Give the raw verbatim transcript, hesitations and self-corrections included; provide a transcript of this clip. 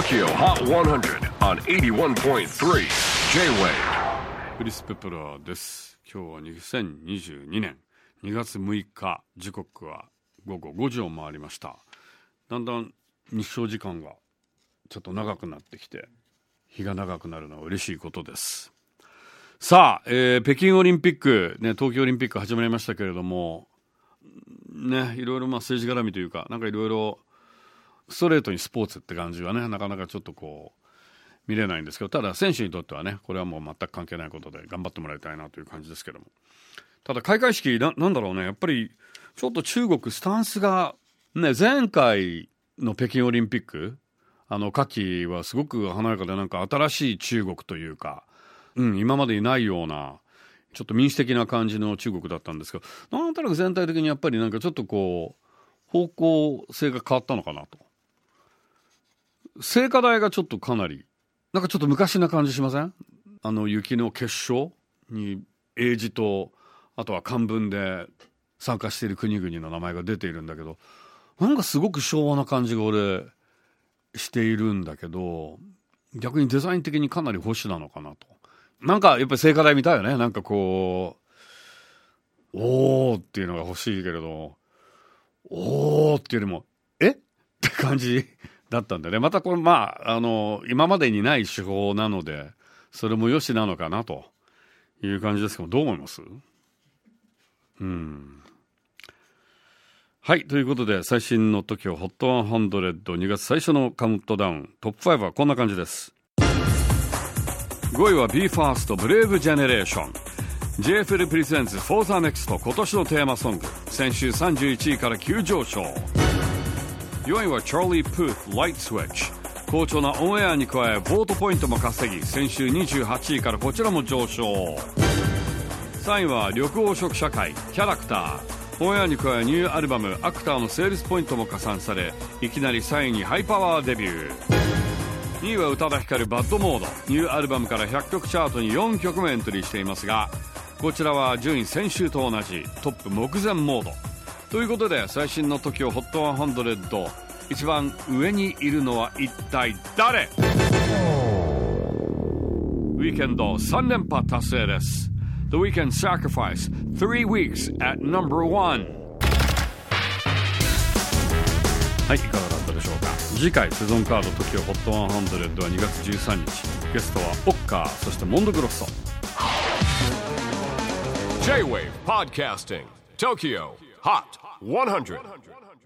Tokyo Hot one hundred on エイティワンポイントスリー J-Wave。 クリス・ペプラーです。今日はにせんにじゅうにねんにがつむいか、時刻はごごごじを回りました。だんだん日照時間がちょっと長くなってきて、日が長くなるのは嬉しいことです。さあ、えー、北京オリンピック、ね、東京オリンピック始まりましたけれどもね、いろいろまあ政治絡みというか、なんかいろいろストレートにスポーツって感じはね、なかなかちょっとこう見れないんですけど、ただ選手にとってはね、これはもう全く関係ないことで頑張ってもらいたいなという感じですけども、ただ開会式 な, なんだろうね、やっぱりちょっと中国スタンスがね、前回の北京オリンピック、あの夏季はすごく華やかで、なんか新しい中国というか、うん、今までにないようなちょっと民主的な感じの中国だったんですけど、なんとなく全体的にやっぱりなんかちょっとこう方向性が変わったのかなと。聖火台がちょっとかなりなんかちょっと昔な感じしません？あの雪の結晶に英字とあとは漢文で参加している国々の名前が出ているんだけど、なんかすごく昭和な感じが俺しているんだけど、逆にデザイン的にかなり保守なのかなと。なんかやっぱり聖火台みたいよね。なんかこうおーっていうのが欲しいけれど、おーっていうよりもえって感じだったんでね。またこれまああの今までにない手法なので、それもよしなのかなという感じですけど、どう思います？うん。はい、ということで最新の トキオ ホットひゃく、にがつ最初のカウントダウントップごはこんな感じです。ごいは ビーファースト ブレイブジェネレーション。 ジェイエフエル プレゼンツ For the Next 今年のテーマソング、先週さんじゅういちいから急上昇。よんいは Charlie Puth Light Switch。 好調なオンエアに加えボートポイントも稼ぎ、先週にじゅうはちいからこちらも上昇。さんいは緑黄色社会キャラクター。オンエアに加えニューアルバムアクターのセールスポイントも加算され、いきなりさんいにハイパワーデビュー。にいは宇多田ヒカルバッドモード。ニューアルバムからひゃくきょくチャートによんきょくもエントリーしていますが、こちらは順位先週と同じトップ目前モードということで、最新の トキオ ホットひゃく、一番上にいるのは一体誰？ウィーケンドさん連覇達成です。 The Weekend Sacrifice three weeks at number one。 はい、いかがだったでしょうか。次回セゾンカード トキオ ホットひゃくはにがつじゅうさんにち、ゲストはオッカー、そしてモンドグロッソ。 J-Wave Podcasting Tokyo Hot ひゃく。